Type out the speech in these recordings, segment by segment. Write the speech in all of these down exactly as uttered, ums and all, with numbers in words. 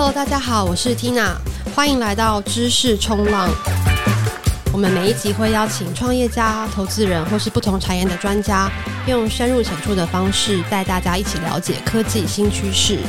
Hello， 大家好，我是 Tina， 欢迎来到知识冲浪。我们每一集会邀请创业家、投资人或是不同产业的专家，用深入浅出的方式带大家一起了解科技新趋势。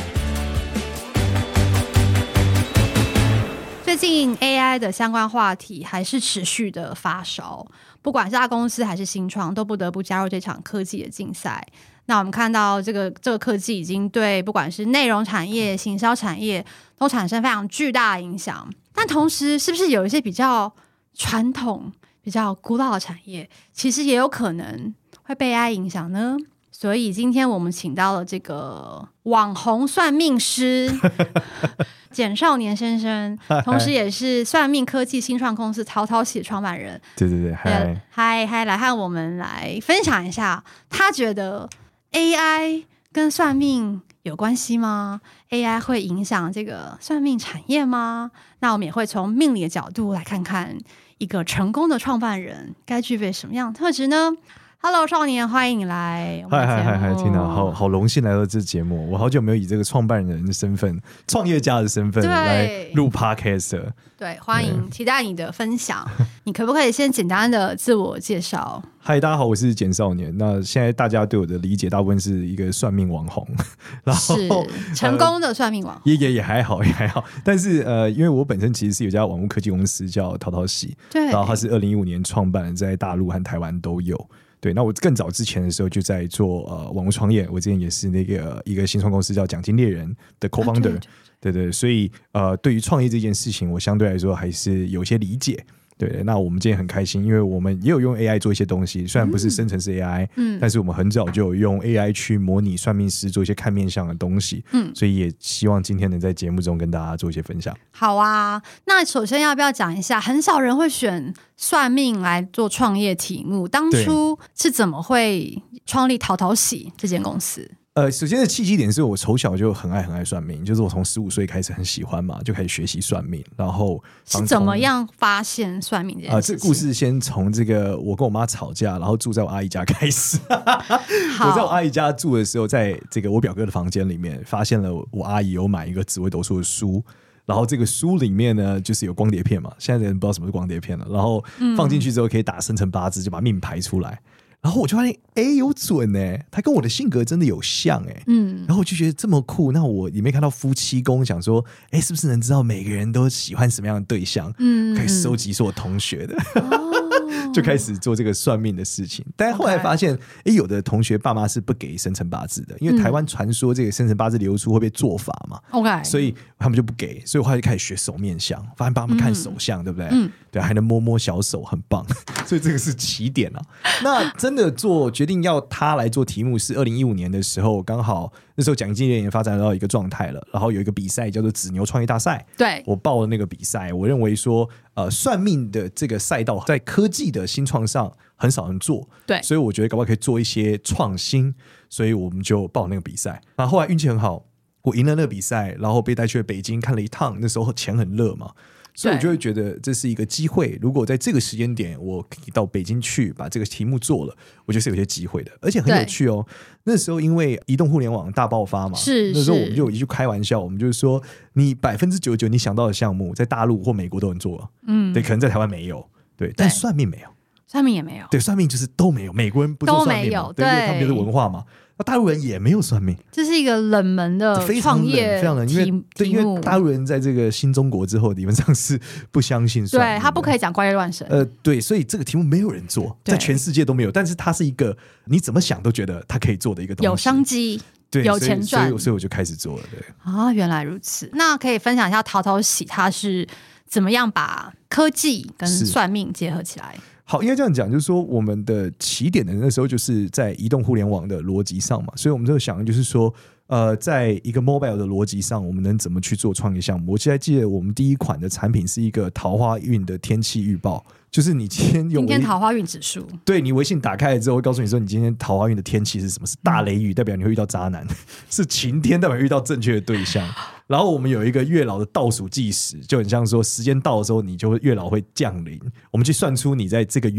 最近 A I 的相关话题还是持续的发烧，不管是大公司还是新创，都不得不加入这场科技的竞赛。那我们看到这个这个科技已经对不管是内容产业、行销产业都产生非常巨大的影响，但同时是不是有一些比较传统、比较古老的产业，其实也有可能会被 A I 影响呢？所以今天我们请到了这个网红算命师简少年先生，同时也是算命科技新创公司淘淘喜创办人。 对对对，嗨嗨嗨，来和我们来分享一下，他觉得 A I 跟算命有关系吗？ A I 会影响这个算命产业吗？那我们也会从命理的角度来看看一个成功的创办人该具备什么样的特质呢？Hello， 少年，欢迎你来。 嗨嗨嗨嗨 ，Tina， 好好荣幸来到这节目。我好久没有以这个创办人的身份、创业家的身份来录 Podcast。 对，欢迎，期待你的分享。你可不可以先简单的自我介绍？ 嗨，大家好，我是简少年。那现在大家对我的理解，大部分是一个算命网红，然后是成功的算命网红， 呃、也也也还好，也还好。但是呃，因为我本身其实是有家网络科技公司叫淘淘喜， 对， 然后它是二零一五年创办，在大陆和台湾都有。对，那我更早之前的时候就在做呃网络创业，我之前也是那个一个新创公司叫奖金猎人的 co-founder，、啊、对, 对, 对, 对，所以呃对于创业这件事情，我相对来说还是有些理解。对，那我们今天很开心，因为我们也有用 A I 做一些东西，虽然不是生成式 A I，、嗯、但是我们很早就有用 A I 去模拟算命师做一些看面相的东西，嗯，所以也希望今天能在节目中跟大家做一些分享。 好啊，那首先要不要讲一下，很少人会选算命来做创业题目，当初是怎么会创立淘淘喜这间公司？ 呃，首先的契机点是我从小就很爱很爱算命，就是我从十五岁开始很喜欢嘛，就开始学习算命。然后是怎么样发现算命这件事情？呃， 这故事先从这个我跟我妈吵架，然后住在我阿姨家开始。我在我阿姨家住的时候，在这个我表哥的房间里面，发现了我阿姨有买一个紫微斗数的书。然后这个书里面呢，就是有光碟片嘛，现在的人不知道什么是光碟片了。然后放进去之后，可以打生辰八字，就把命排出来。然后我就发现，哎，有准哎，他跟我的性格真的有像哎，嗯，然后我就觉得这么酷。那我也没看到夫妻宫，想说，哎，是不是能知道每个人都喜欢什么样的对象？嗯，开始收集是我同学的，哦、就开始做这个算命的事情。但是后来发现，哎，有的同学爸妈是不给生辰八字的，因为台湾传说这个生辰八字流出会被做法嘛 ，OK， 所以他们就不给。所以我后来就开始学手面相，发现帮他们看手相，嗯、对不对？嗯，对，还能摸摸小手，很棒。所以这个是起点啊。那真的做决定要他来做题目是二零一五年的时候，刚好那时候奖金猎人发展到一个状态了，然后有一个比赛叫做紫牛创业大赛， 对， 我报了那个比赛。我认为说，呃，算命的这个赛道在科技的新创上很少人做， 对， 所以我觉得搞不好可以做一些创新，所以我们就报那个比赛。然后后来运气很好，我赢了那个比赛，然后被带去了北京看了一趟，那时候钱很热嘛。所以我就会觉得这是一个机会，如果在这个时间点我可以到北京去把这个题目做了，我觉得是有些机会的，而且很有趣哦。那时候因为移动互联网大爆发嘛， 是那时候我们就有一句开玩笑，我们就是说你百分之九十九你想到的项目在大陆或美国都能做，嗯，对，可能在台湾没有，对，但算命没有， 算命也没有， 对，算命就是都没有，美国人不做算命嘛，对，因为他们就是文化嘛。那大陆人也没有算命， 这是一个冷门的创业非常冷，非常冷，因为对，因为大陆人在这个新中国之后，理论上是不相信算命， 对，他不可以讲怪力乱神， 呃，对，所以这个题目没有人做，在全世界都没有，但是它是一个你怎么想都觉得它可以做的一个东西， 有商机， 对， 有钱赚， 所以所以我就开始做了，对啊，原来如此。那可以分享一下淘淘喜它是怎么样把科技跟算命结合起来？ 好，应该这样讲，就是说我们的起点的那时候就是在移动互联网的逻辑上嘛，所以我们就想就是说，呃，在一个 mobile 的逻辑上，我们能怎么去做创业项目？我现在记得我们第一款的产品是一个桃花运的天气预报，就是你今天用今天桃花运指数， 对，你微信打开了之后会告诉你说你今天桃花运的天气是什么，是大雷雨代表你会遇到渣男，是晴天代表遇到正确的对象。然后我们有一个月老的倒数计时，就很像说时间到的时候你就会月老会降临，我们去算出你在这个月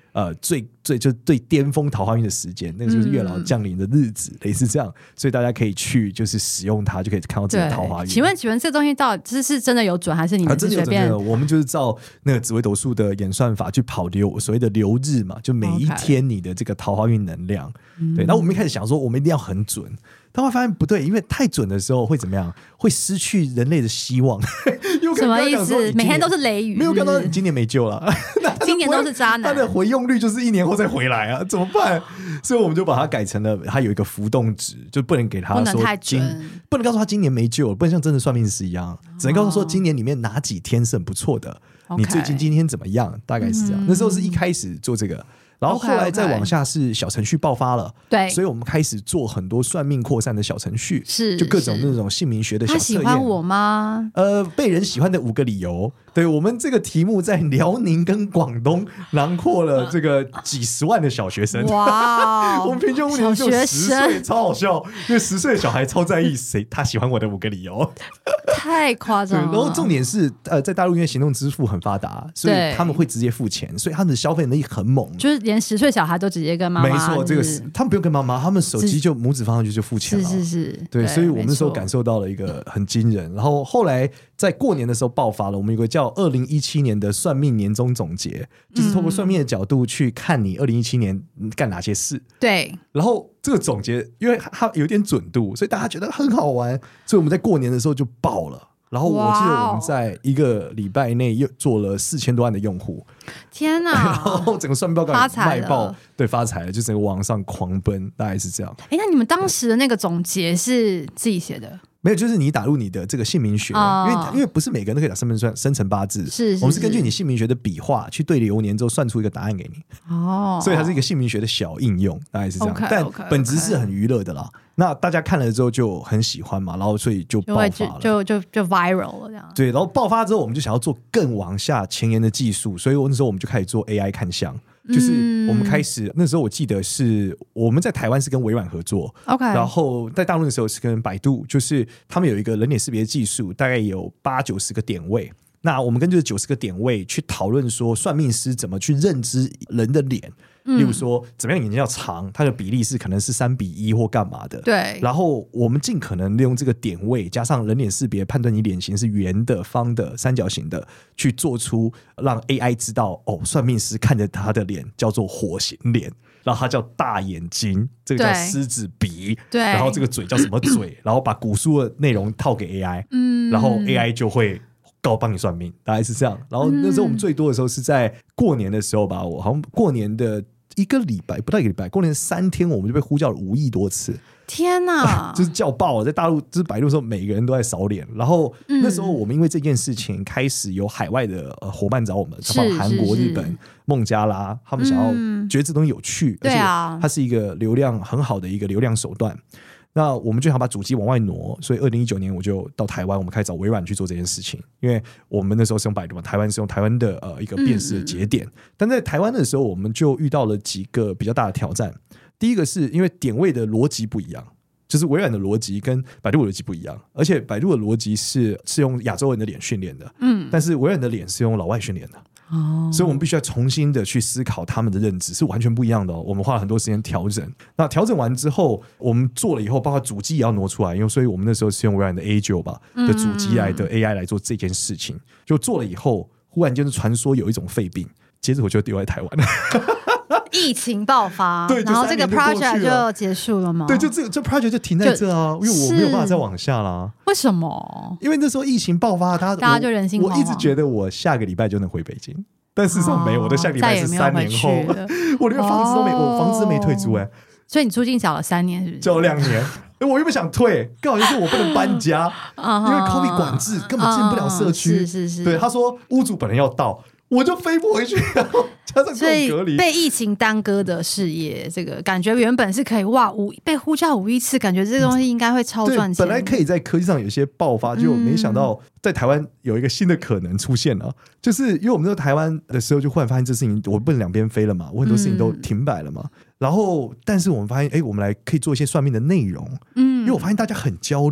呃最最就最巅峰桃花运的时间，那个就是月老降临的日子，嗯、类似这样，所以大家可以去就是使用它，就可以看到这个桃花运。 请问，请问这东西到底这是真的有准，还是你们是随便？ 啊、我们就是照那个紫微斗数的演算法去跑流所谓的流日嘛，就每一天你的这个桃花运能量。Okay. 对，然后我们一开始想说，我们一定要很准。但会发现不对，因为太准的时候会怎么样？会失去人类的希望。 什么意思？每天都是雷雨， 没有看到你今年没救了， 今年都是渣男。 他的回用率就是一年后再回来啊，怎么办？所以我们就把它改成了，它有一个浮动值，就不能给他说不能太准， 不能告诉他今年没救了，不能像真的算命师一样，只能告诉说今年里面哪几天是很不错的，哦、你最近今天怎么样？大概是这样。嗯、那时候是一开始做这个。然后后来再往下是小程序爆发了， 对， 所以我们开始做很多算命扩散的小程序， 是就各种那种姓名学的小测验。 他喜欢我吗？ 呃，被人喜欢的五个理由。对，我们这个题目在辽宁跟广东囊括了这个几十万的小学生。哇，我们平均五年就十岁，超好笑，因为十岁的小孩超在意谁他喜欢我的五个理由， 太夸张了。 然后重点是，呃，在大陆因为行动支付很发达，所以他们会直接付钱，所以他们的消费能力很猛， 就是连十岁小孩都直接跟妈妈。 没错，这个是他们不用跟妈妈，他们手机就拇指放上去就付钱了。 是是是， 对，对所以我们那时候感受到了一个很惊人。然后后来在过年的时候爆发了，我们有个叫二零一七年的算命年终总结，就是透过算命的角度去看你二零一七年干哪些事。 对， 然后这个总结因为它有点准度，所以大家觉得很好玩，所以我们在过年的时候就爆了。然后我记得我们在一个礼拜内又做了四千多万的用户， 天哪！ 然后整个算命报告卖爆，对，发财了，就整个网上狂奔，大概是这样。 哎，那你们当时的那个总结是自己写的？ 没有，就是你打入你的这个姓名学，哦、因为因为不是每个人都可以打生辰算生辰八字， 是, 是我们是根据你姓名学的笔画去对流年之后算出一个答案给你。哦，所以它是一个姓名学的小应用，大概是这样。Okay, 但本质是很娱乐的啦。Okay. 那大家看了之后就很喜欢嘛，然后所以就爆发了， 就就就就 viral 了这样。 对，然后爆发之后，我们就想要做更往下前沿的技术，所以那时候我们就开始做 A I 看相。就是我们开始、嗯、那时候我记得是我们在台湾是跟微软合作 OK， 然后在大陆的时候是跟百度，就是他们有一个人脸识别技术，大概有八九十个点位，那我们根据九十个点位去讨论说算命师怎么去认知人的脸，例如说怎么样眼睛要长，它的比例是可能是三比一或干嘛的， 对， 然后我们尽可能利用这个点位加上人脸识别判断你脸型是圆的、方的、三角形的，去做出让 A I 知道哦，算命师看着他的脸叫做火形脸，然后它叫大眼睛，这个叫狮子鼻， 对， 然后这个嘴叫什么嘴，然后把古书的内容套给 A I， 嗯，然后 A I 就会告帮你算命，大概是这样。然后那时候我们最多的时候是在过年的时候吧，我好像过年的一个礼拜不到一个礼拜，过年三天我们就被呼叫了五亿多次。 天哪， 就是叫爆了！在大陆就是百度的时候，每个人都在扫脸。然后、嗯、那时候我们因为这件事情开始有海外的、呃、伙伴找我们，包括韩国、日本、孟加拉，他们想要觉得这东西有趣， 嗯、 而且它是一个流量很好的一个流量手段。那我们就想把主机往外挪，所以二零一九年我就到台湾，我们开始找微软去做这件事情。因为我们那时候是用百度嘛，台湾是用台湾的呃一个辨识的节点、嗯，但在台湾的时候，我们就遇到了几个比较大的挑战。第一个是因为点位的逻辑不一样，就是微软的逻辑跟百度的逻辑不一样，而且百度的逻辑是是用亚洲人的脸训练的，嗯，但是微软的脸是用老外训练的。哦，所以我们必须要重新的去思考他们的认知是完全不一样的哦。我们花了很多时间调整，那调整完之后，我们做了以后，包括主机也要挪出来，因为所以我们那时候是用微软的 A 九 吧的主机来的 A I 来做这件事情。嗯、就做了以后，忽然间就传说有一种肺病，接着我就丢在台湾了。 疫情爆发， 对， 然后这个 project 就结束了吗？ 对，就这这 project 就停在这啊，因为我没有办法再往下啦。 为什么？ 因为那时候疫情爆发，大家大家就人心惶惶。 我一直觉得我下个礼拜就能回北京，但事实上没有，我的下个礼拜是三年后，我连房子都没，我房子都没退租哎、欸。 所以你租金缴了三年，是不是？ 缴了两年。我原本想退，刚好就是我不能搬家，因为 COVID 管制根本进不了社区。 是是是。 对，他说屋主本人要到。我就飞不回去，然后加上各种隔离， 被疫情耽搁的事业，这个感觉原本是可以哇五被呼叫五亿次，感觉这东西应该会超赚钱。 本来可以在科技上有一些爆发，就没想到在台湾有一个新的可能出现了，嗯、就是因为我们在台湾的时候，就忽然发现这事情我不能两边飞了嘛，我很多事情都停摆了嘛。嗯、然后，但是我们发现，哎，我们来可以做一些算命的内容，嗯，因为我发现大家很焦虑。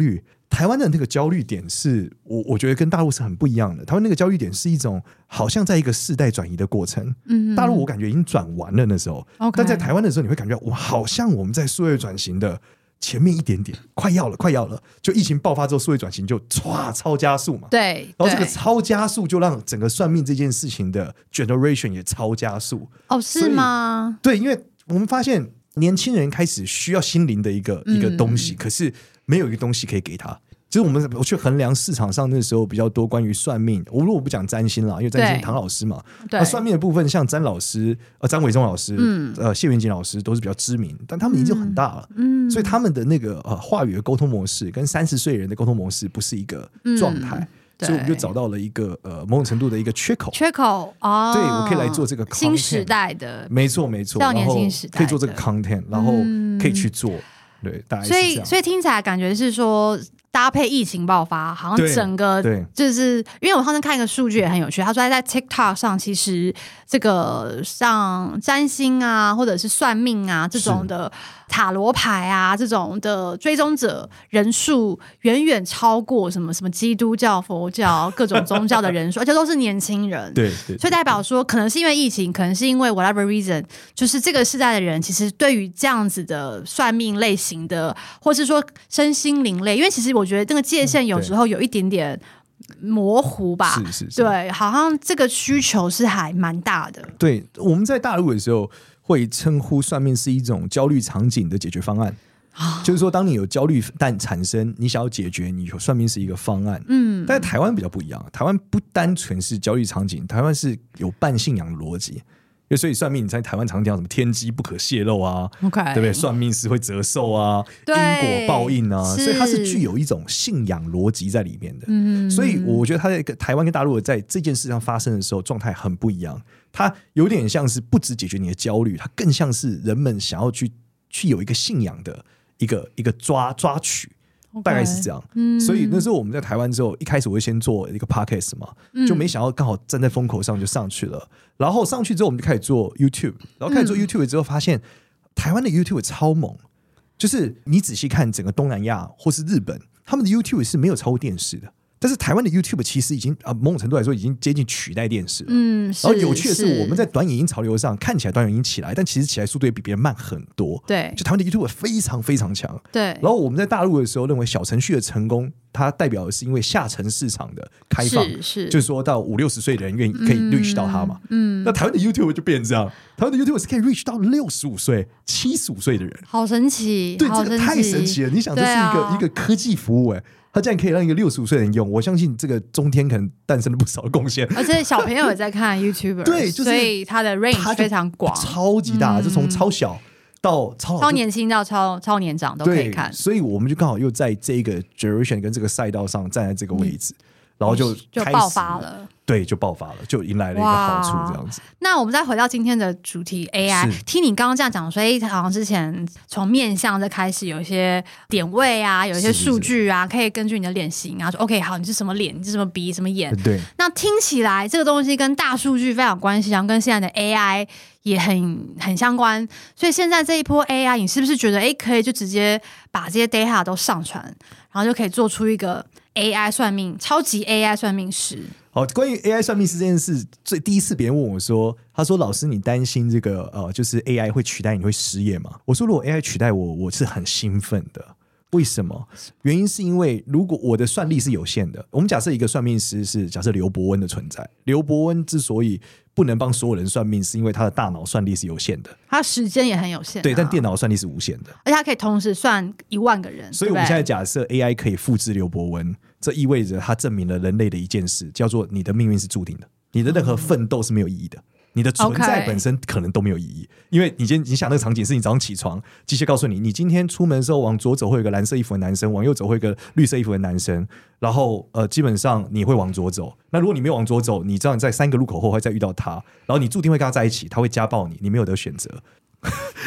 台湾的那个焦虑点是我我觉得跟大陆是很不一样的。台湾那个焦虑点是一种好像在一个世代转移的过程，嗯，大陆我感觉已经转完了那时候， okay. 但在台湾的时候你会感觉我好像我们在数位转型的前面一点点，快要了快要了，就疫情爆发之后数位转型就唰超加速嘛， 对， 然后这个超加速就让整个算命这件事情的 generation 也超加速。 哦，是吗？ 对，因为我们发现年轻人开始需要心灵的一个、嗯、一个东西，可是没有一个东西可以给他。就是我们我去衡量市场上那时候比较多关于算命，我如果不讲占星啦，因为占星唐老师嘛，那算命的部分像詹老师、呃张伟忠老师、嗯、呃谢元锦老师都是比较知名，但他们年纪就很大了，嗯，所以他们的那个呃话语的沟通模式跟三十岁人的沟通模式不是一个状态。嗯，所以我们就找到了一个呃某种程度的一个缺口， 缺口哦， 对，我可以来做这个 content, 新时代的， 没错没错， 少年新时代可以做这个 content， 然后可以去做，嗯、对，大概是这样。 所以所以听起来感觉是说。搭配疫情爆发，好像整个就是因为我上次看一个数据也很有趣，他说在 TikTok 上，其实这个像占星啊，或者是算命啊这种的塔罗牌啊这种的追踪者人数远远超过什么什么基督教、佛教各种宗教的人数，而且都是年轻人。 对， 对， 对， 所以代表说，可能是因为疫情，可能是因为 whatever reason， 就是这个世代的人其实对于这样子的算命类型的，或是说身心灵类，因为其实我觉得这个界限有时候有一点点模糊吧， 是是是， 对，好像这个需求是还蛮大的。 对，我们在大陆的时候会称呼算命是一种焦虑场景的解决方案。就是说当你有焦虑但产生你想要解决，你算命是一个方案。嗯，但是台湾比较不一样，台湾不单纯是焦虑场景，台湾是有半信仰的逻辑。所以算命你在台湾常讲什么天机不可泄露啊， okay. 对不对？算命是会折寿啊，因果报应啊，所以它是具有一种信仰逻辑在里面的。嗯，所以我觉得它在台湾跟大陆在这件事上发生的时候状态很不一样，它有点像是不只解决你的焦虑，它更像是人们想要去去有一个信仰的一个一个抓抓取。Okay, 大概是这样、嗯、所以那时候我们在台湾之后，一开始我会先做一个 podcast 嘛、嗯、就没想到刚好站在风口上就上去了，然后上去之后我们就开始做 YouTube， 然后开始做 YouTube 之后发现、嗯、台湾的 YouTube 超猛，就是你仔细看整个东南亚或是日本，他们的 YouTube 是没有超过电视的，但是台湾的 YouTube 其实已经啊某种程度来说已经接近取代电视了。嗯，然后有趣的是，我们在短影音潮流上看起来短影音起来，但其实起来速度也比别人慢很多。 对， 就台湾的 YouTube 非常非常强。 对， 然后我们在大陆的时候认为小程序的成功，它代表的是因为下沉市场的开放， 是是， 就是说到五六十岁的人愿意可以 reach 到它嘛。嗯，那台湾的 YouTube 就变成这样，台湾的 YouTube 是可以 reach 到六十五岁、七十五岁的人， 好神奇， 对， 好这个太神奇了！你想，这是一个、啊、一个科技服务、欸，哎。他竟然可以让一个六十五岁的人用，我相信这个中天可能诞生了不少的贡献。 而且小朋友也在看 YouTuber， 对、就是，所以他的 range 非常广， 超级大，嗯、就从超小到超超年轻到超超年长都可以看。 所以我们就刚好又在这个 generation 跟这个赛道上站在这个位置，嗯、然后就就爆发了。 对，就爆发了，就迎来了一个好处，这样子。 那我们再回到今天的主题 A I， 听你刚刚这样讲，所以好像之前从面向再开始有一些点位啊，有一些数据啊，是是是可以根据你的脸型啊，说 OK 好，你是什么脸，你是什么鼻，什么眼。 对。 那听起来这个东西跟大数据非常有关系，然后跟现在的 A I 也很很相关。所以现在这一波 A I， 你是不是觉得哎，可以就直接把这些 data 都上传，然后就可以做出一个 A I 算命超级 A I 算命师？ 好，关于 A I 算命师这件事，最第一次别人问我说，他说老师你担心这个呃，就是 A I 会取代你会失业吗？我说如果 A I 取代我，我是很兴奋的。为什么？原因是因为如果我的算力是有限的，我们假设一个算命师是假设刘伯温的存在，刘伯温之所以不能帮所有人算命，是因为他的大脑算力是有限的， 他时间也很有限、啊， 对，但电脑算力是无限的， 而且他可以同时算一万个人。 所以我们现在假设 A I 可以复制刘伯温，这意味着它证明了人类的一件事，叫做你的命运是注定的，你的任何奋斗是没有意义的。你的存在本身可能都没有意义， okay. 因为你今天你想那个场景是你早上起床，机械告诉你，你今天出门的时候往左走会有一个蓝色衣服的男生，往右走会有一个绿色衣服的男生，然后呃，基本上你会往左走。那如果你没有往左走，你这样在三个路口后会再遇到他，然后你注定会跟他在一起，他会家暴你，你没有得选择。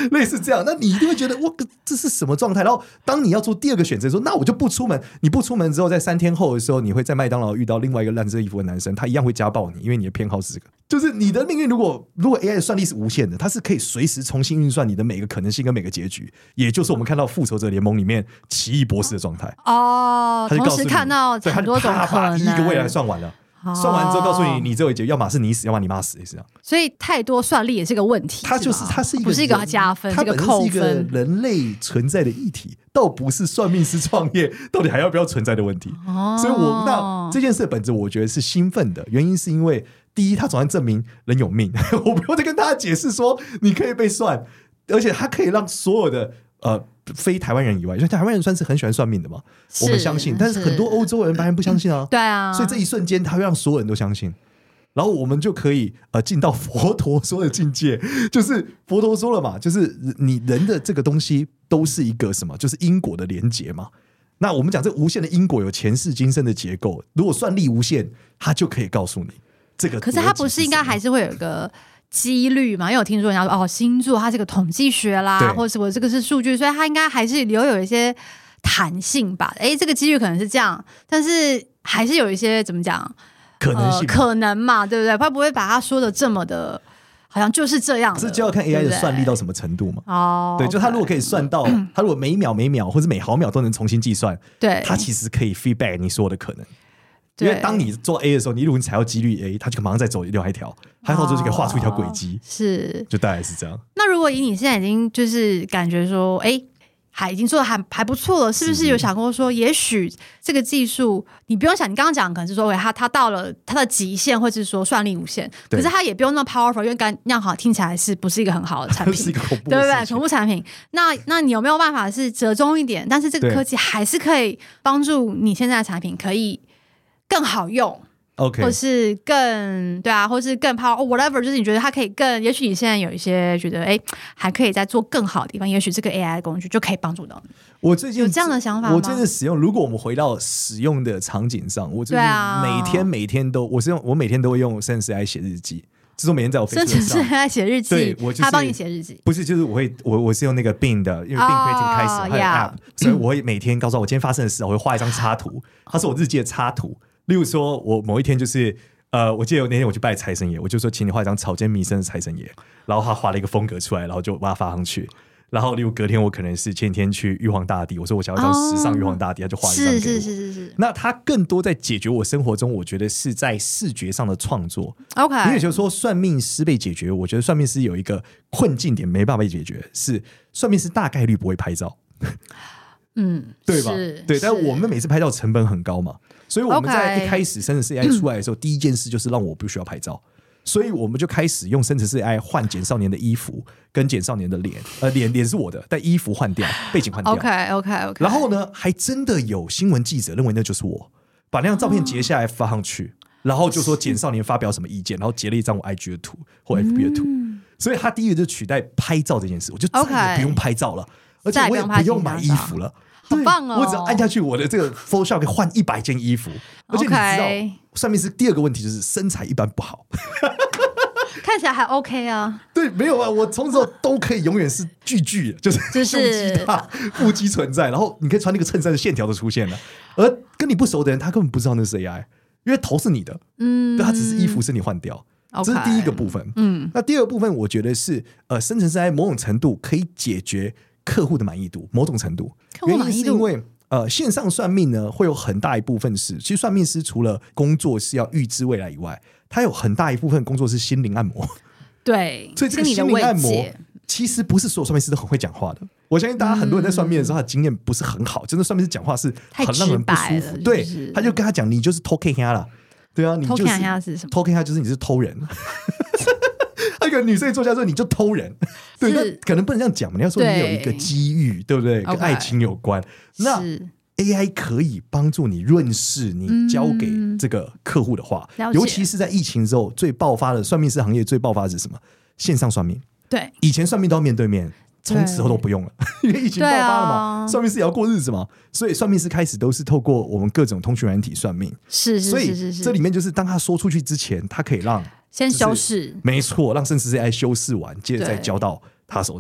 类似这样，那你一定会觉得哇，这是什么状态？然后当你要做第二个选择的时候，那我就不出门。你不出门之后，在三天后的时候，你会在麦当劳遇到另外一个烂着衣服的男生，他一样会家暴你，因为你的偏好是这个。就是你的命运，如果如果 A I 的算力是无限的，它是可以随时重新运算你的每个可能性跟每个结局，也就是我们看到复仇者联盟里面奇异博士的状态哦，同时看到很多种可能， 一个未来算完了。算完之后告诉你，你这一节要么是你死，要么你妈死，也是这样。 所以太多算力也是个问题。 它就是它是一个不是一个加分， 它本身是一个人类存在的议题，倒不是算命师创业到底还要不要存在的问题。哦、所以我那这件事的本质，我觉得是兴奋的，原因是因为第一，它总算证明人有命，我不用再跟大家解释说你可以被算，而且它可以让所有的呃。非台湾人以外，因为台湾人算是很喜欢算命的嘛，我们相信，但是很多欧洲人白人不相信啊。 对啊， 所以这一瞬间，他会让所有人都相信，然后我们就可以呃进到佛陀说的境界，就是佛陀说了嘛，就是你人的这个东西都是一个什么，就是因果的连结嘛。那我们讲这无限的因果有前世今生的结构，如果算力无限，它就可以告诉你这个。 可是它不是应该还是会有一个几率嘛？因为我听说人家说哦，星座它是个统计学啦，或者我这个是数据，所以它应该还是留有一些弹性吧。哎，这个几率可能是这样，但是还是有一些怎么讲可能性、呃， 可能嘛，对不对？他不会把它说的这么的，好像就是这样的。 可是就要看 A I 的算力到什么程度嘛。 哦， 对，就它如果可以算到，它如果每秒每秒或者每毫秒都能重新计算， 对， 它其实可以 feedback 你所有的可能。因为当你做 A 的时候，你如果你踩到几率 A， 它就马上再走另外一条，它到时候就可以画出一条轨迹、哦， 是， 就大概是这样。 那如果以你现在已经就是感觉说，哎，还已经做的还还不错了，是不是有想过说，也许这个技术你不用想，你刚刚讲可能是说，它它到了它的极限，或者是说算力无限，可是它也不用那么 powerful， 因为刚那样好听起来是不是一个很好的产品？ 是一个恐怖的，对不对？恐怖产品。那那你有没有办法是折中一点？但是这个科技还是可以帮助你现在的产品可以更好用。 Okay. 或是更对啊，或是更 power whatever， 就是你觉得它可以更，也许你现在有一些觉得哎，还可以再做更好的地方，也许这个 A I 工具就可以帮助到你。 我最近有这样的想法吗？ 我最近使用，如果我们回到使用的场景上，我最近每天每天都，我是用我每天都会用生成式 A I 写日记，就是我每天在我 Facebook 上生成式 A I 写日记， 对，我就是他帮你写日记， 不是，就是我会我我是用那个 Bing 的，因为 Bing Creative 开始、oh, 还有 App，、yeah. 所以我会每天告诉我今天发生的事，我会画一张插图，它是我日记的插图。例如说，我某一天就是。呃，我记得那天我去拜财神爷，我就说请你画一张草间弥生的财神爷，然后他画了一个风格出来，然后就把它发上去。然后例如隔天我可能是前天去玉皇大帝，我说我想要一张时尚玉皇大帝，他就画一张给我。 是是是是是。 那他更多在解决我生活中，我觉得是在视觉上的创作。 OK， 因为就是说算命师被解决，我觉得算命师有一个困境点没办法被解决，是算命师大概率不会拍照。 嗯， 对吧？对，但我们每次拍照成本很高嘛，所以我们在一开始生成式 A I 出来的时候， 第一件事就是让我不需要拍照，所以我们就开始用生成式 A I 换简少年的衣服跟简少年的脸，呃，脸脸是我的，但衣服换掉，背景换掉。 OK OK OK。 然后呢，还真的有新闻记者认为那就是我，把那张照片截下来发上去，然后就说简少年发表什么意见，然后截了一张我 I G 的图或 F B 的图，嗯、所以他第一个就取代拍照这件事，我就再也不用拍照了。Okay，而且我也不用买衣服了， 好棒哦！ 我只要按下去，我的这个 Photoshop 可以换一百件衣服。而且你知道，上面是第二个问题，就是身材一般不好， 看起来还 OK 啊。 对，没有啊，我从此都可以永远是巨巨，就是胸肌大、腹肌存在，然后你可以穿那个衬衫的线条都出现了。而跟你不熟的人，他根本不知道那是 A I， 因为头是你的，嗯，对，他只是衣服是你换掉。 Okay， 这是第一个部分。嗯，那第二个部分，我觉得是呃，生成式 A I 某种程度可以解决客户的满意度，某种程度。原因是因为呃，线上算命呢，会有很大一部分是，其实算命师除了工作是要预知未来以外，他有很大一部分工作是心灵按摩。 对， 所以这个心灵按摩其实不是所有算命师都很会讲话的。我相信大家很多人在算命的时候，他的经验不是很好，真的算命师讲话是很让人不舒服。对，他就跟他讲，你就是偷 K 他了。对啊，你就是偷 K 他是什么？偷 K 他就是你是偷人。那个女生作家说你就偷人，对，那可能不能这样讲嘛？你要说你有一个机遇，对不对？跟爱情有关。那 A I 可以帮助你润饰你交给这个客户的话，嗯、尤其是在疫情之后最爆发的算命师行业最爆发的是什么？线上算命。 对， 以前算命都要面对面。从此后都不用了，因为疫情爆发了嘛，啊、算命师也要过日子嘛，所以算命师开始都是透过我们各种通讯软体算命。 是是是是是， 所以这里面就是当他说出去之前，他可以让先修饰， 没错，让生成式 A I 修饰完，接着再交到他手上。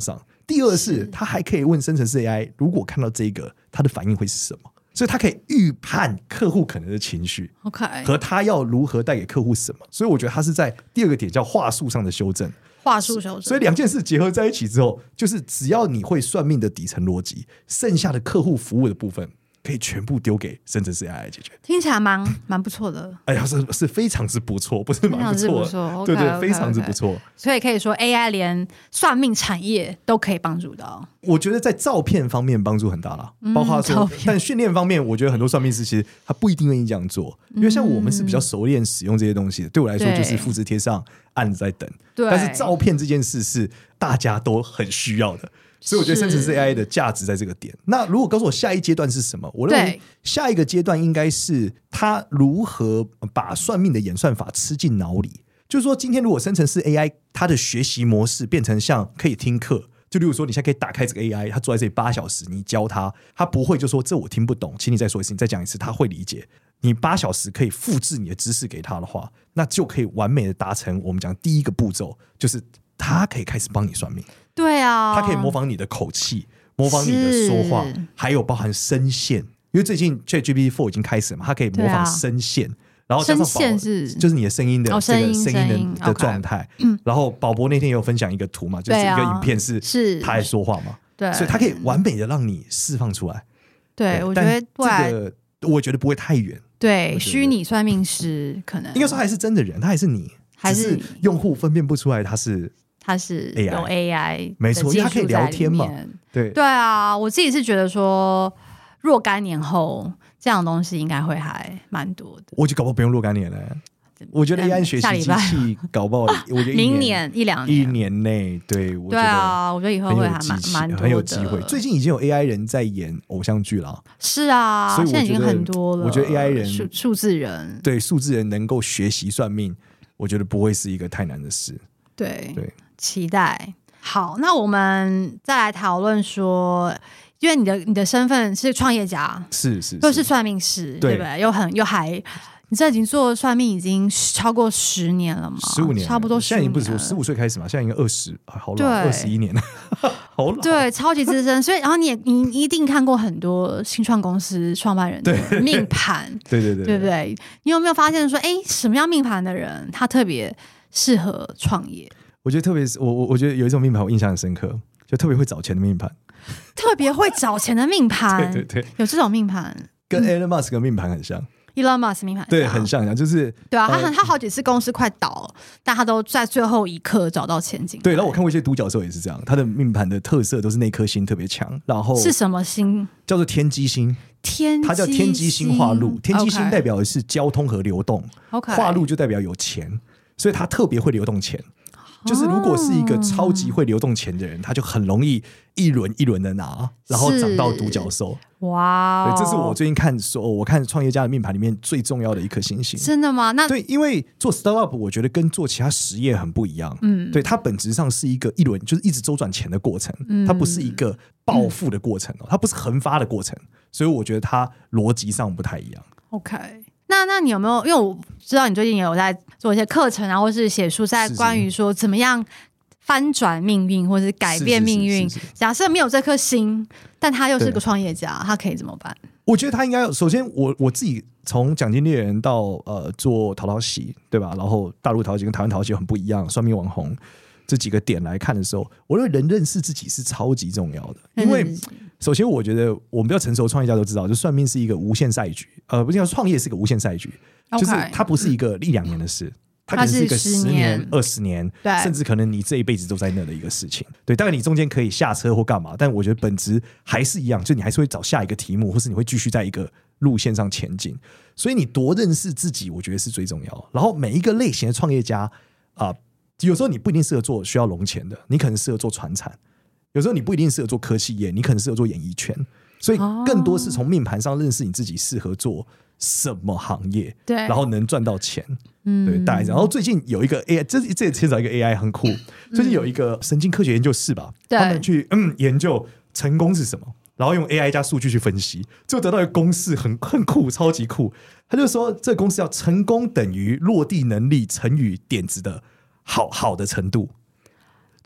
第二是他还可以问生成式 A I， 如果看到这个，他的反应会是什么？所以他可以预判客户可能的情绪 ，OK， 和他要如何带给客户什么。所以我觉得他是在第二个点叫话术上的修正。 话术修正， 所以两件事结合在一起之后，就是只要你会算命的底层逻辑，剩下的客户服务的部分可以全部丢给生成式 A I 来解决。 听起来蛮蛮不错的。 哎呀，是是非常之不错，不是蛮不错， 不错， 对对， okay, okay, 非常之不错。 所以可以说 A I 连算命产业都可以帮助到。 我觉得在照片方面帮助很大啦，嗯、包括说，但训练方面，我觉得很多算命师其实他不一定愿意这样做，因为像我们是比较熟练使用这些东西的，对我来说就是复制贴上，案子在等。但是照片这件事是大家都很需要的。所以我觉得生成式 A I 的价值在这个点。那如果告诉我下一阶段是什么，我认为下一个阶段应该是它如何把算命的演算法吃进脑里。就是说，今天如果生成式 A I 它的学习模式变成像可以听课，就例如说你现在可以打开这个 A I， 它坐在这里八小时，你教它，它不会就说这我听不懂，请你再说一次，你再讲一次，它会理解。你八小时可以复制你的知识给它的话，那就可以完美的达成我们讲第一个步骤，就是它可以开始帮你算命。 对啊， 它可以模仿你的口气，模仿你的说话，还有包含声线。因为最近 ChatGPT 四 已经开始了嘛，它可以模仿声线，啊、然后加上声线是就是你的声音的这个声音的状态。 嗯， 然后宝博那天也有分享一个图嘛，就是一个影片是他在说话嘛， 对， 所以它可以完美的让你释放出来。 对，对我觉得这个我觉得不会太远。 对，虚拟算命师可能应该说还是真的人，他还是你， 还是用户分辨不出来他是。 它是有 A I， 没错，因为它可以聊天嘛。对对啊，我自己是觉得说，若干年后这样的东西应该会还蛮多的。 我觉得搞不好不用若干年了。我觉得 A I 学习机器搞不好，我觉得明年一两年一年内，对，我觉得对啊，我觉得以后会还蛮蛮多的， 很有机会。最近已经有 A I 人在演偶像剧了。 是啊， 所以我觉得现在已经很多了。 我觉得 A I 人数数字人， 对数字人能够学习算命，我觉得不会是一个太难的事。 对对。 期待。好，那我们再来讨论说，因为你的你的身份是创业家， 是是， 又是算命师， 对, 对不对？又很又还，你这已经做算命已经超过十年了嘛？ 十五年， 差不多十五年了。 现在已经不是十五岁开始嘛？现在应该二十，好老，二十一年了，好老。 对，超级资深。所以，然后你也你一定看过很多新创公司创办人的命盘， 对对对， 对不对？你有没有发现说，哎，什么样命盘的人他特别适合创业？ 我觉得特别是我我我觉得有一种命盘我印象很深刻，就特别会找钱的命盘， 特别会找钱的命盘， 对对对， 有这种命盘， 跟 Elon Musk 的命盘很像。 Elon Musk 命盘对，很像，就是对啊，他很、呃、他好几次公司快倒了，但他都在最后一刻找到前景。 对，然后我看过一些独角兽也是这样，他的命盘的特色都是那颗星特别强，然后是什么星？ 叫做天机星。 天机星， 它叫天机星化禄，天机星代表的是交通和流动， okay. 化禄就代表有钱，所以他特别会流动钱。就是如果是一个超级会流动钱的人，他就很容易一轮一轮的拿，然后涨到独角兽。 哇、哦， 这是我最近看说，我看创业家的命盘里面最重要的一颗星星。 真的吗？那对，因为做 startup 我觉得跟做其他实业很不一样。嗯，对，它本质上是一个一轮就是一直周转钱的过程，嗯、它不是一个暴富的过程、哦、它不是横发的过程，所以我觉得它逻辑上不太一样。 OK。那那你有没有？因为我知道你最近也有在做一些课程啊，或是写书，在关于说怎么样翻转命运，或是改变命运。假设没有这颗心，但他又是个创业家，他可以怎么办？ 我觉得他应该首先我，我我自己从奖金猎人到呃做淘淘喜，对吧？然后大陆淘喜跟台湾淘喜很不一样，算命网红这几个点来看的时候，我认为人认识自己是超级重要的，因为。首先，我觉得我们比较成熟的创业家都知道，就算命是一个无限赛局，呃，不是创业是个无限赛局， okay. 就是它不是一个一两年的事，它可能是一个十年、二十年，甚至可能你这一辈子都在那的一个事情。对，当然你中间可以下车或干嘛，但我觉得本质还是一样，就你还是会找下一个题目，或是你会继续在一个路线上前进。所以你多认识自己，我觉得是最重要。然后每一个类型的创业家啊、呃，有时候你不一定适合做需要融钱的，你可能适合做传产。有时候你不一定适合做科技业，你可能适合做演艺圈，所以更多是从命盘上认识你自己适合做什么行业， 对， 然后能赚到钱，嗯，对，大概这样。然后最近有一个 A I， 这这也牵扯一个 A I 很酷，最近有一个神经科学研究室吧，他们去嗯研究成功是什么，然后用 A I 加数据去分析，最后得到一个公式很很酷，超级酷。他就说这个公式叫成功等于落地能力乘以点子的好好的程度。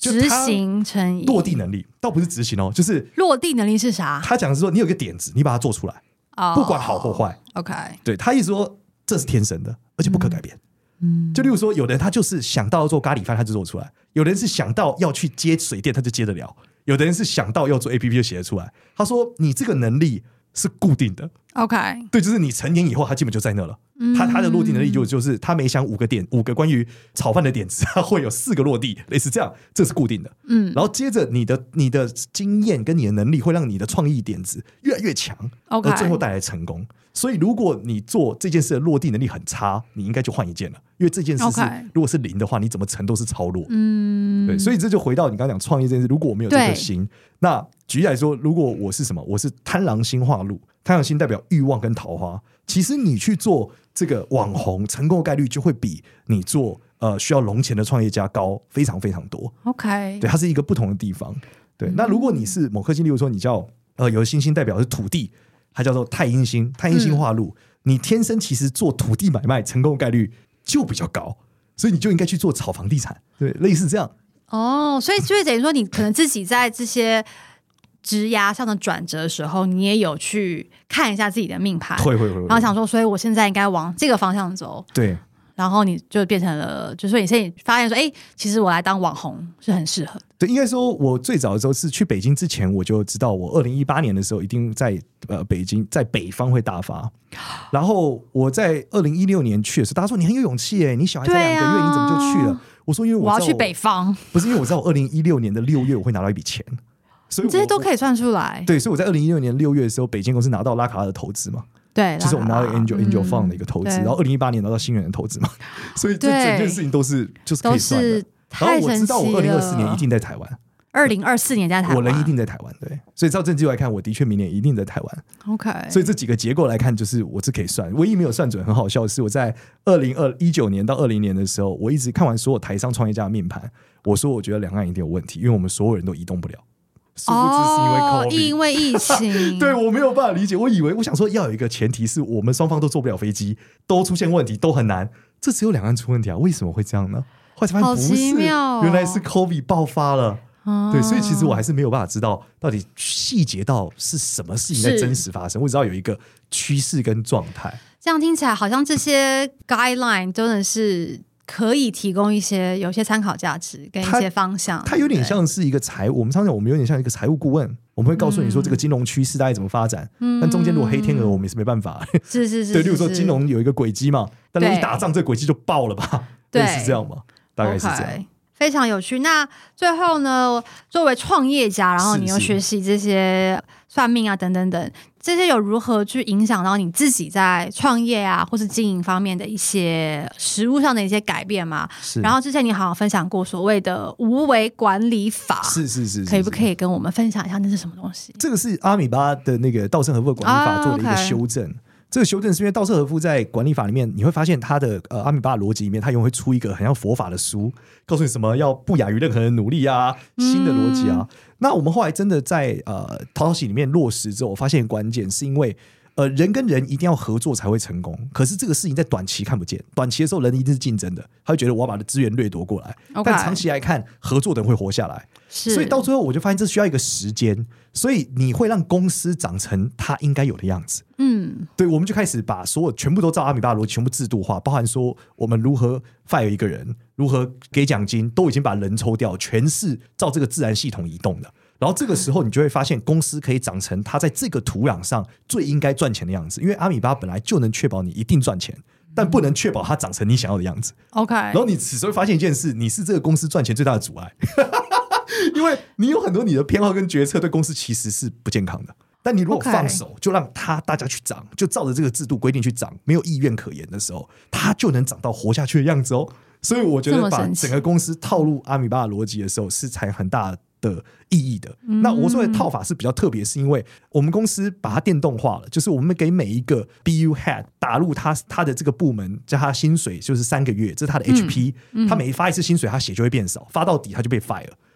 执行乘以落地能力，倒不是执行哦，就是落地能力是啥？ 他讲的是说，你有个点子，你把它做出来，哦、不管好或坏。 OK， 对他意思说这是天生的，而且不可改变。嗯，就例如说，有的人他就是想到要做咖喱饭，他就做出来；有的人是想到要去接水电，他就接得了；有的人是想到要做 A P P 就写得出来。他说，你这个能力是固定的。 OK， 对，就是你成年以后，他基本就在那了。嗯、他他的落地能力就就是他每想五个点，五个关于炒饭的点子，他会有四个落地，类似这样，这是固定的。嗯，然后接着你的你的经验跟你的能力会让你的创意点子越来越强， okay. 而最后带来成功。所以如果你做这件事的落地能力很差，你应该就换一件了，因为这件事是、okay. 如果是零的话，你怎么成都是超弱。嗯，对，所以这就回到你刚刚讲创业这件事，如果我没有这个心，那举例来说，如果我是什么，我是贪狼星化禄，贪狼星代表欲望跟桃花，其实你去做这个网红，成功的概率就会比你做呃需要融钱的创业家高非常非常多。 OK， 对，它是一个不同的地方。对，嗯、那如果你是某颗星，例如说你叫呃有的星星代表是土地，它叫做太阴星，太阴星化禄、嗯，你天生其实做土地买卖成功的概率就比较高，所以你就应该去做炒房地产，对，类似这样。 哦，所以就等于说，你可能自己在这些职涯上的转折的时候，你也有去看一下自己的命盘， 会会会， 然后想说，所以我现在应该往这个方向走。 对， 然后你就变成了，就所以你现在发现说，哎，其实我来当网红是很适合。 对，应该说，我最早的时候是去北京之前，我就知道我二零一八年的时候一定在呃北京，在北方会大发。然后我在二零一六年去的时候，大家说你很有勇气哎，你小孩才两个月，你怎么就去了？我说因为 我, 我要去北方， 不是因为我知道我二零一六年的六月我会拿到一笔钱，所以这些都可以算出来。 对，所以我在二零一六年六月的时候，北京公司拿到拉卡拉的投资嘛。 对， 就是我们拿到 Angel、嗯、Angel Fund 的一个投资，然后二零一八年拿到新源的投资嘛，所以这整件事情都是就是可以算的。然后我知道我二零二四年一定在台湾， 二零二四年在台湾， 我人一定在台湾，对，所以照政绩来看，我的确明年一定在台湾。 OK， 所以这几个结构来看，就是我是可以算，唯一没有算准，很好笑的是，我在二零一九年到二零年的时候，我一直看完所有台商创业家的命盘，我说我觉得两岸一定有问题，因为我们所有人都移动不了。殊不知是因为 COVID、哦、 因为疫情对，我没有办法理解，我以为我想说要有一个前提是我们双方都坐不了飞机，都出现问题，都很难，这只有两岸出问题啊，为什么会这样呢？后来才发现不是， 好奇妙哦、 原来是 COVID 爆发了、哦、对，所以其实我还是没有办法知道到底细节到是什么事情在真实发生，我只知道有一个趋势跟状态。 这样听起来好像这些 guideline 真的是可以提供一些有些参考价值跟一些方向， 它有点像是一个财务，我们常常我们有点像一个财务顾问，我们会告诉你说这个金融趋势大概怎么发展、嗯、但中间如果黑天鹅我们也是没办法， 是是 是, 是, 是对，例如说金融有一个轨迹嘛，但如果一打仗这个轨迹就爆了吧，对，是这样嘛，大概是这样、okay， 非常有趣。那最后呢，作为创业家，然后你又学习这些算命啊等等等，这些有如何去影响到你自己在创业啊或是经营方面的一些实务上的一些改变吗？然后之前你好像分享过所谓的无为管理法， 是是 是, 是, 是， 可以不可以跟我们分享一下那是什么东西？ 这个是阿米巴的那个稻盛和夫的管理法做的一个修正、啊 okay，这个修正是因为稻盛和夫在管理法里面，你会发现他的呃阿米巴的逻辑里面，他永远会出一个很像佛法的书，告诉你什么要不亚于任何人努力啊，新的逻辑啊、嗯。那我们后来真的在呃淘淘喜里面落实之后，我发现关键是因为呃人跟人一定要合作才会成功，可是这个事情在短期看不见，短期的时候人一定是竞争的，他会觉得我要把的资源掠夺过来、okay，但长期来看合作的人会活下来，所以到最后我就发现这需要一个时间，所以你会让公司长成它应该有的样子。嗯，对，我们就开始把所有全部都照阿米巴的逻辑全部制度化，包含说我们如何 fire 一个人，如何给奖金，都已经把人抽掉，全是照这个自然系统移动的。然后这个时候你就会发现公司可以长成它在这个土壤上最应该赚钱的样子，因为阿米巴本来就能确保你一定赚钱，但不能确保它长成你想要的样子。 OK， 然后你此时会发现一件事，你是这个公司赚钱最大的阻碍因为你有很多你的偏好跟决策对公司其实是不健康的，但你如果放手、okay. 就让他大家去涨，就照着这个制度规定去涨，没有意愿可言的时候，他就能涨到活下去的样子哦。所以我觉得把整个公司套入阿米巴的逻辑的时候是才很大的意义的、嗯、那我说的套法是比较特别，是因为我们公司把它电动化了，就是我们给每一个 B U head 打入他他的这个部门，叫他薪水就是三个月，这是他的 H P、嗯嗯、他每发一次薪水他血就会变少，发到底他就被 fire，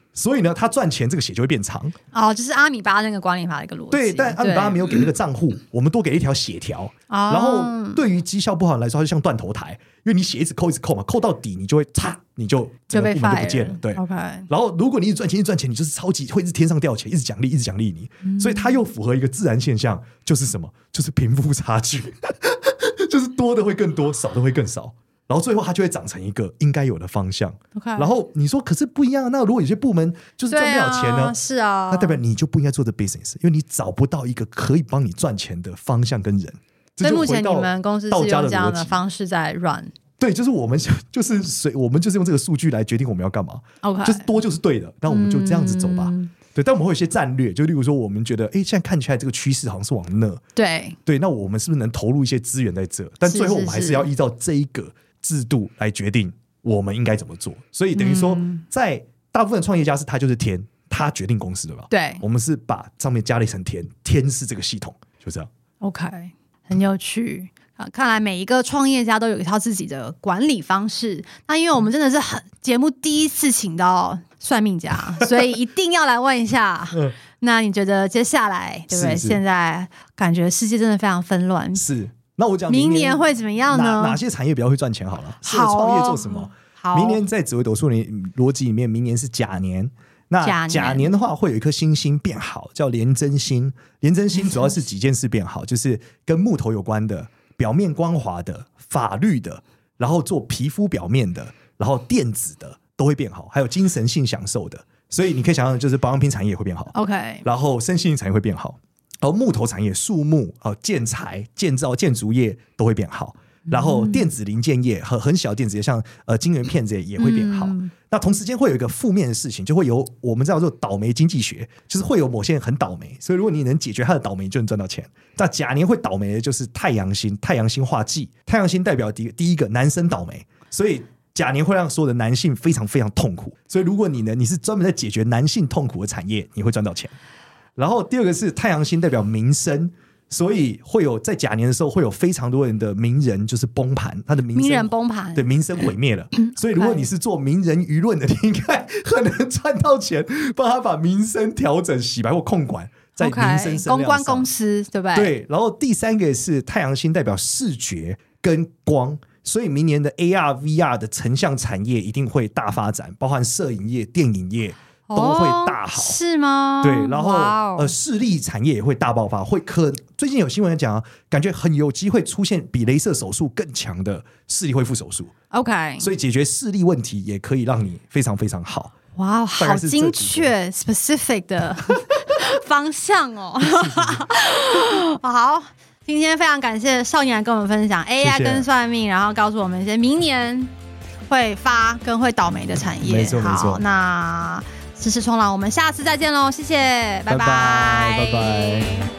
所以呢，他赚钱这个血就会变长。 哦，就是阿米巴那个管理法的一个逻辑。 对，但阿米巴没有给那个账户，我们多给一条血条。哦、然后对于绩效不好来说，它就像断头台，因为你血一直扣一直扣嘛，扣到底你就会擦，你就就被 fire 就不见了。对 ，OK。 然后如果你一直赚钱，一直赚钱，你就是超级会一直天上掉钱，一直奖励，一直奖励你。嗯、所以它又符合一个自然现象，就是什么？就是贫富差距，就是多的会更多，少的会更少。然后最后它就会长成一个应该有的方向。 Okay. 然后你说可是不一样，那如果有些部门就是赚不了钱呢？ 啊是啊， 那代表你就不应该做这 business， 因为你找不到一个可以帮你赚钱的方向跟人。 所以目前你们公司是用这样的方式在 run。 对，就是我们就是随我们就是用这个数据来决定我们要干嘛。 OK， 就是多就是对的，那我们就这样子走吧。嗯对，但我们会有一些战略，就例如说，我们觉得，哎，现在看起来这个趋势好像是往那， 对对，那我们是不是能投入一些资源在这？但最后我们还是要依照这一个制度来决定我们应该怎么做。所以等于说，嗯、在大部分创业家是他就是天，他决定公司，对吧？ 对， 我们是把上面加了一层天，天是这个系统，就这样。 OK， 很有趣。啊，看来每一个创业家都有一套自己的管理方式。那因为我们真的是很节目第一次请到算命家，所以一定要来问一下。嗯、那你觉得接下来对不对？现在感觉世界真的非常纷乱。 是，那我讲明年会怎么样呢？ 哪, 哪些产业比较会赚钱？好了，适合创业做什么？ 好， 明年在紫微斗数逻辑里面，明年是甲年。那甲年的话，会有一颗星星变好，叫廉贞星。廉贞星主要是几件事变好，就是跟木头有关的。表面光滑的、法律的，然后做皮肤表面的，然后电子的都会变好，还有精神性享受的，所以你可以想象，就是保养品产业会变好 ，OK， 然后身心灵产业会变好，然后木头产业、树木、哦建材、建造、建筑业都会变好，然后电子零件业和很小电子业，像呃晶圆片这些也会变好。嗯、那同时间会有一个负面的事情，就会有我们叫做倒霉经济学，就是会有某些人很倒霉，所以如果你能解决他的倒霉，你就能赚到钱。那甲年会倒霉的就是太阳星，太阳星化忌，太阳星代表第第一个男生倒霉，所以甲年会让所有的男性非常非常痛苦。所以如果你呢，你是专门在解决男性痛苦的产业，你会赚到钱。然后第二个是太阳星代表民生。所以会有在甲年的时候，会有非常多人的名人就是崩盘，他的名声名人崩盘， 对名声毁灭了。所以如果你是做名人舆论的，你应该很能赚到钱，帮他把名声调整、洗白或控管在名声声量上。 公关公司对不对？ 对。然后第三个是太阳星代表视觉跟光，所以明年的 A R、V R 的成像产业一定会大发展，包含摄影业、电影业。都会大好、哦、 是吗？ 对，然后、wow 呃、视力产业也会大爆发，会可最近有新闻讲、啊，感觉很有机会出现比雷射手术更强的视力恢复手术。 OK， 所以解决视力问题也可以让你非常非常好。 哇、wow ，好精确 ，specific 的方向哦。好，今天非常感谢少年来跟我们分享 A I 跟算命，谢谢然后告诉我们一些明年会发跟会倒霉的产业。 没错，没错。 那知识冲浪，我们下次再见喽，谢谢，拜拜， 拜拜。拜拜。